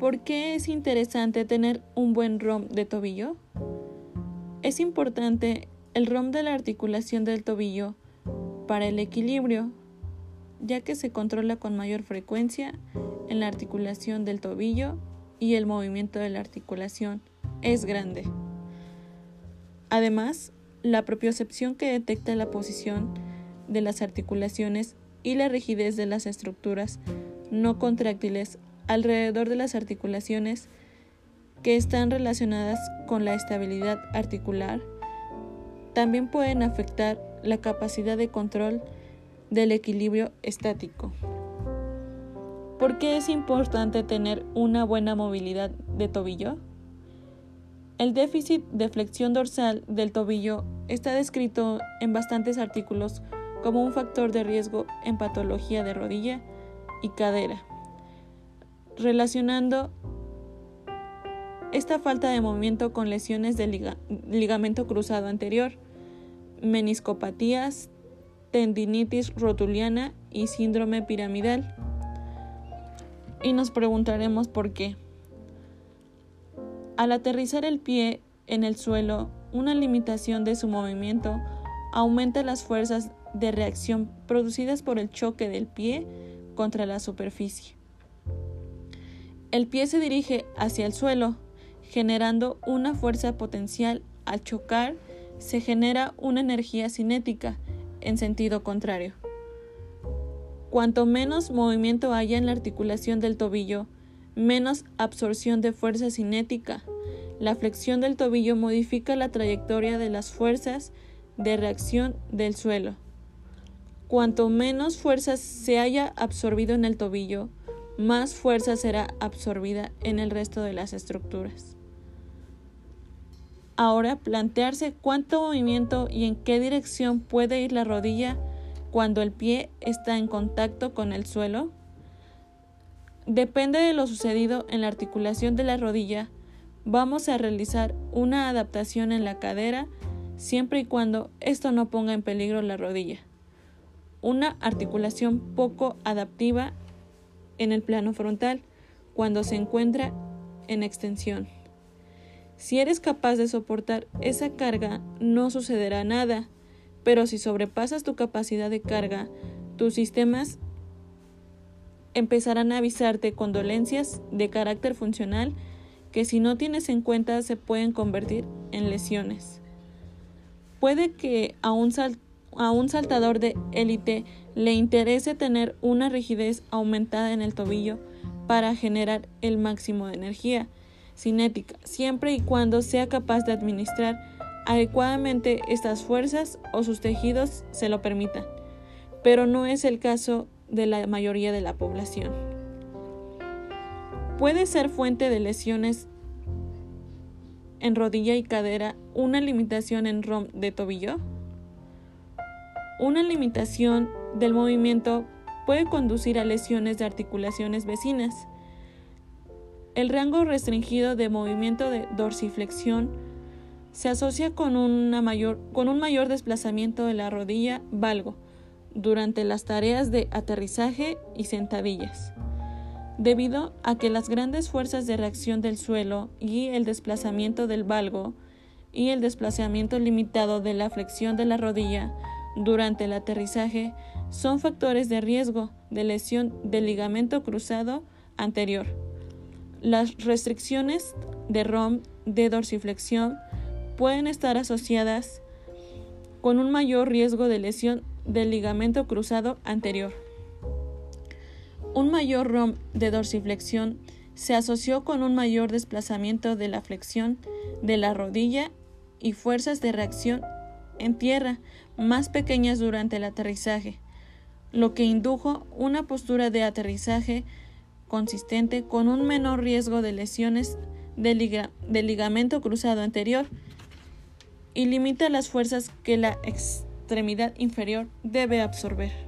¿Por qué es interesante tener un buen ROM de tobillo? Es importante el ROM de la articulación del tobillo para el equilibrio, ya que se controla con mayor frecuencia en la articulación del tobillo y el movimiento de la articulación es grande. Además, la propiocepción que detecta la posición de las articulaciones y la rigidez de las estructuras no contráctiles alrededor de las articulaciones que están relacionadas con la estabilidad articular también pueden afectar la capacidad de control del equilibrio estático. ¿Por qué es importante tener una buena movilidad de tobillo? El déficit de flexión dorsal del tobillo está descrito en bastantes artículos como un factor de riesgo en patología de rodilla y cadera, relacionando esta falta de movimiento con lesiones del ligamento cruzado anterior, meniscopatías, tendinitis rotuliana y síndrome piramidal. Y nos preguntaremos por qué. Al aterrizar el pie en el suelo, una limitación de su movimiento aumenta las fuerzas de reacción producidas por el choque del pie contra la superficie. El pie se dirige hacia el suelo, generando una fuerza potencial. Al chocar, se genera una energía cinética en sentido contrario. Cuanto menos movimiento haya en la articulación del tobillo, menos absorción de fuerza cinética. La flexión del tobillo modifica la trayectoria de las fuerzas de reacción del suelo. Cuanto menos fuerza se haya absorbido en el tobillo, más fuerza será absorbida en el resto de las estructuras. Ahora, plantearse cuánto movimiento y en qué dirección puede ir la rodilla cuando el pie está en contacto con el suelo. Depende de lo sucedido en la articulación de la rodilla. Vamos a realizar una adaptación en la cadera siempre y cuando esto no ponga en peligro la rodilla. Una articulación poco adaptiva en el plano frontal cuando se encuentra en extensión. Si eres capaz de soportar esa carga, no sucederá nada, pero si sobrepasas tu capacidad de carga, tus sistemas empezarán a avisarte con dolencias de carácter funcional que si no tienes en cuenta se pueden convertir en lesiones. Puede que a un saltador de élite le interese tener una rigidez aumentada en el tobillo para generar el máximo de energía cinética, siempre y cuando sea capaz de administrar adecuadamente estas fuerzas o sus tejidos se lo permitan, pero no es el caso de la mayoría de la población. Puede ser fuente de lesiones en rodilla y cadera una limitación en ROM de tobillo. Una limitación del movimiento puede conducir a lesiones de articulaciones vecinas. El rango restringido de movimiento de dorsiflexión se asocia con un mayor desplazamiento de la rodilla valgo durante las tareas de aterrizaje y sentadillas, debido a que las grandes fuerzas de reacción del suelo y el desplazamiento del valgo y el desplazamiento limitado de la flexión de la rodilla durante el aterrizaje son factores de riesgo de lesión del ligamento cruzado anterior. Las restricciones de ROM de dorsiflexión pueden estar asociadas con un mayor riesgo de lesión del ligamento cruzado anterior. Un mayor ROM de dorsiflexión se asoció con un mayor desplazamiento de la flexión de la rodilla y fuerzas de reacción en tierra más pequeñas durante el aterrizaje, lo que indujo una postura de aterrizaje consistente con un menor riesgo de lesiones del ligamento cruzado anterior y limita las fuerzas que la extremidad inferior debe absorber.